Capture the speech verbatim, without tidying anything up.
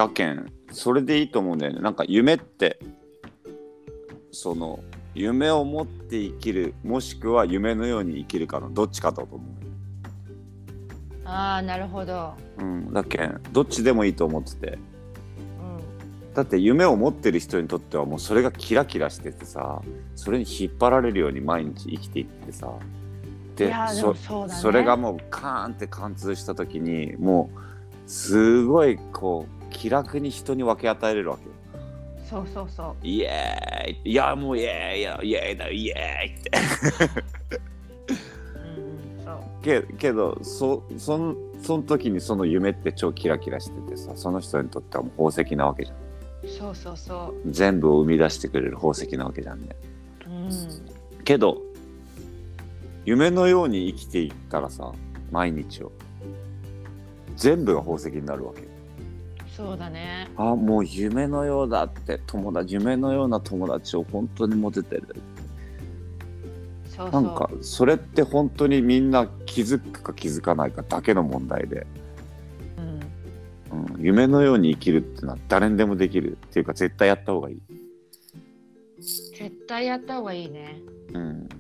だけんそれでいいと思うんだよね。なんか夢ってその夢を持って生きるもしくは夢のように生きるかのどっちかだと思う。 ああなるほど。 うん、だけんどっちでもいいと思ってて、 うんだって夢を持ってる人にとってはもうそれがキラキラしててさ、それに引っ張られるように毎日生きていってさ、でいやでもそうだね。 それがもうカーンって貫通した時にもうすごいこう気楽に人に分け与えれるわけよ。 そうそうそう。 イエーイ、いやもうイエーイやイエーイだイエーイってうんうん、そうけけどそそんその時にその夢って超キラキラしててさ、その人にとってはもう宝石なわけじゃん。 そうそうそう。 全部を生み出してくれる宝石なわけじゃんね。 うんけど夢のように生きていったらさ、毎日を全部が宝石になるわけよ。 そうだね。 あ、もう夢のようだって友達、夢のような友達を本当に持ててる。 そうそう。 なんかそれって本当にみんな気づくか気づかないかだけの問題で、 うんうん、夢のように生きるってのは誰にでもできるっていうか絶対やった方がいい。 絶対やった方がいいね。 うん、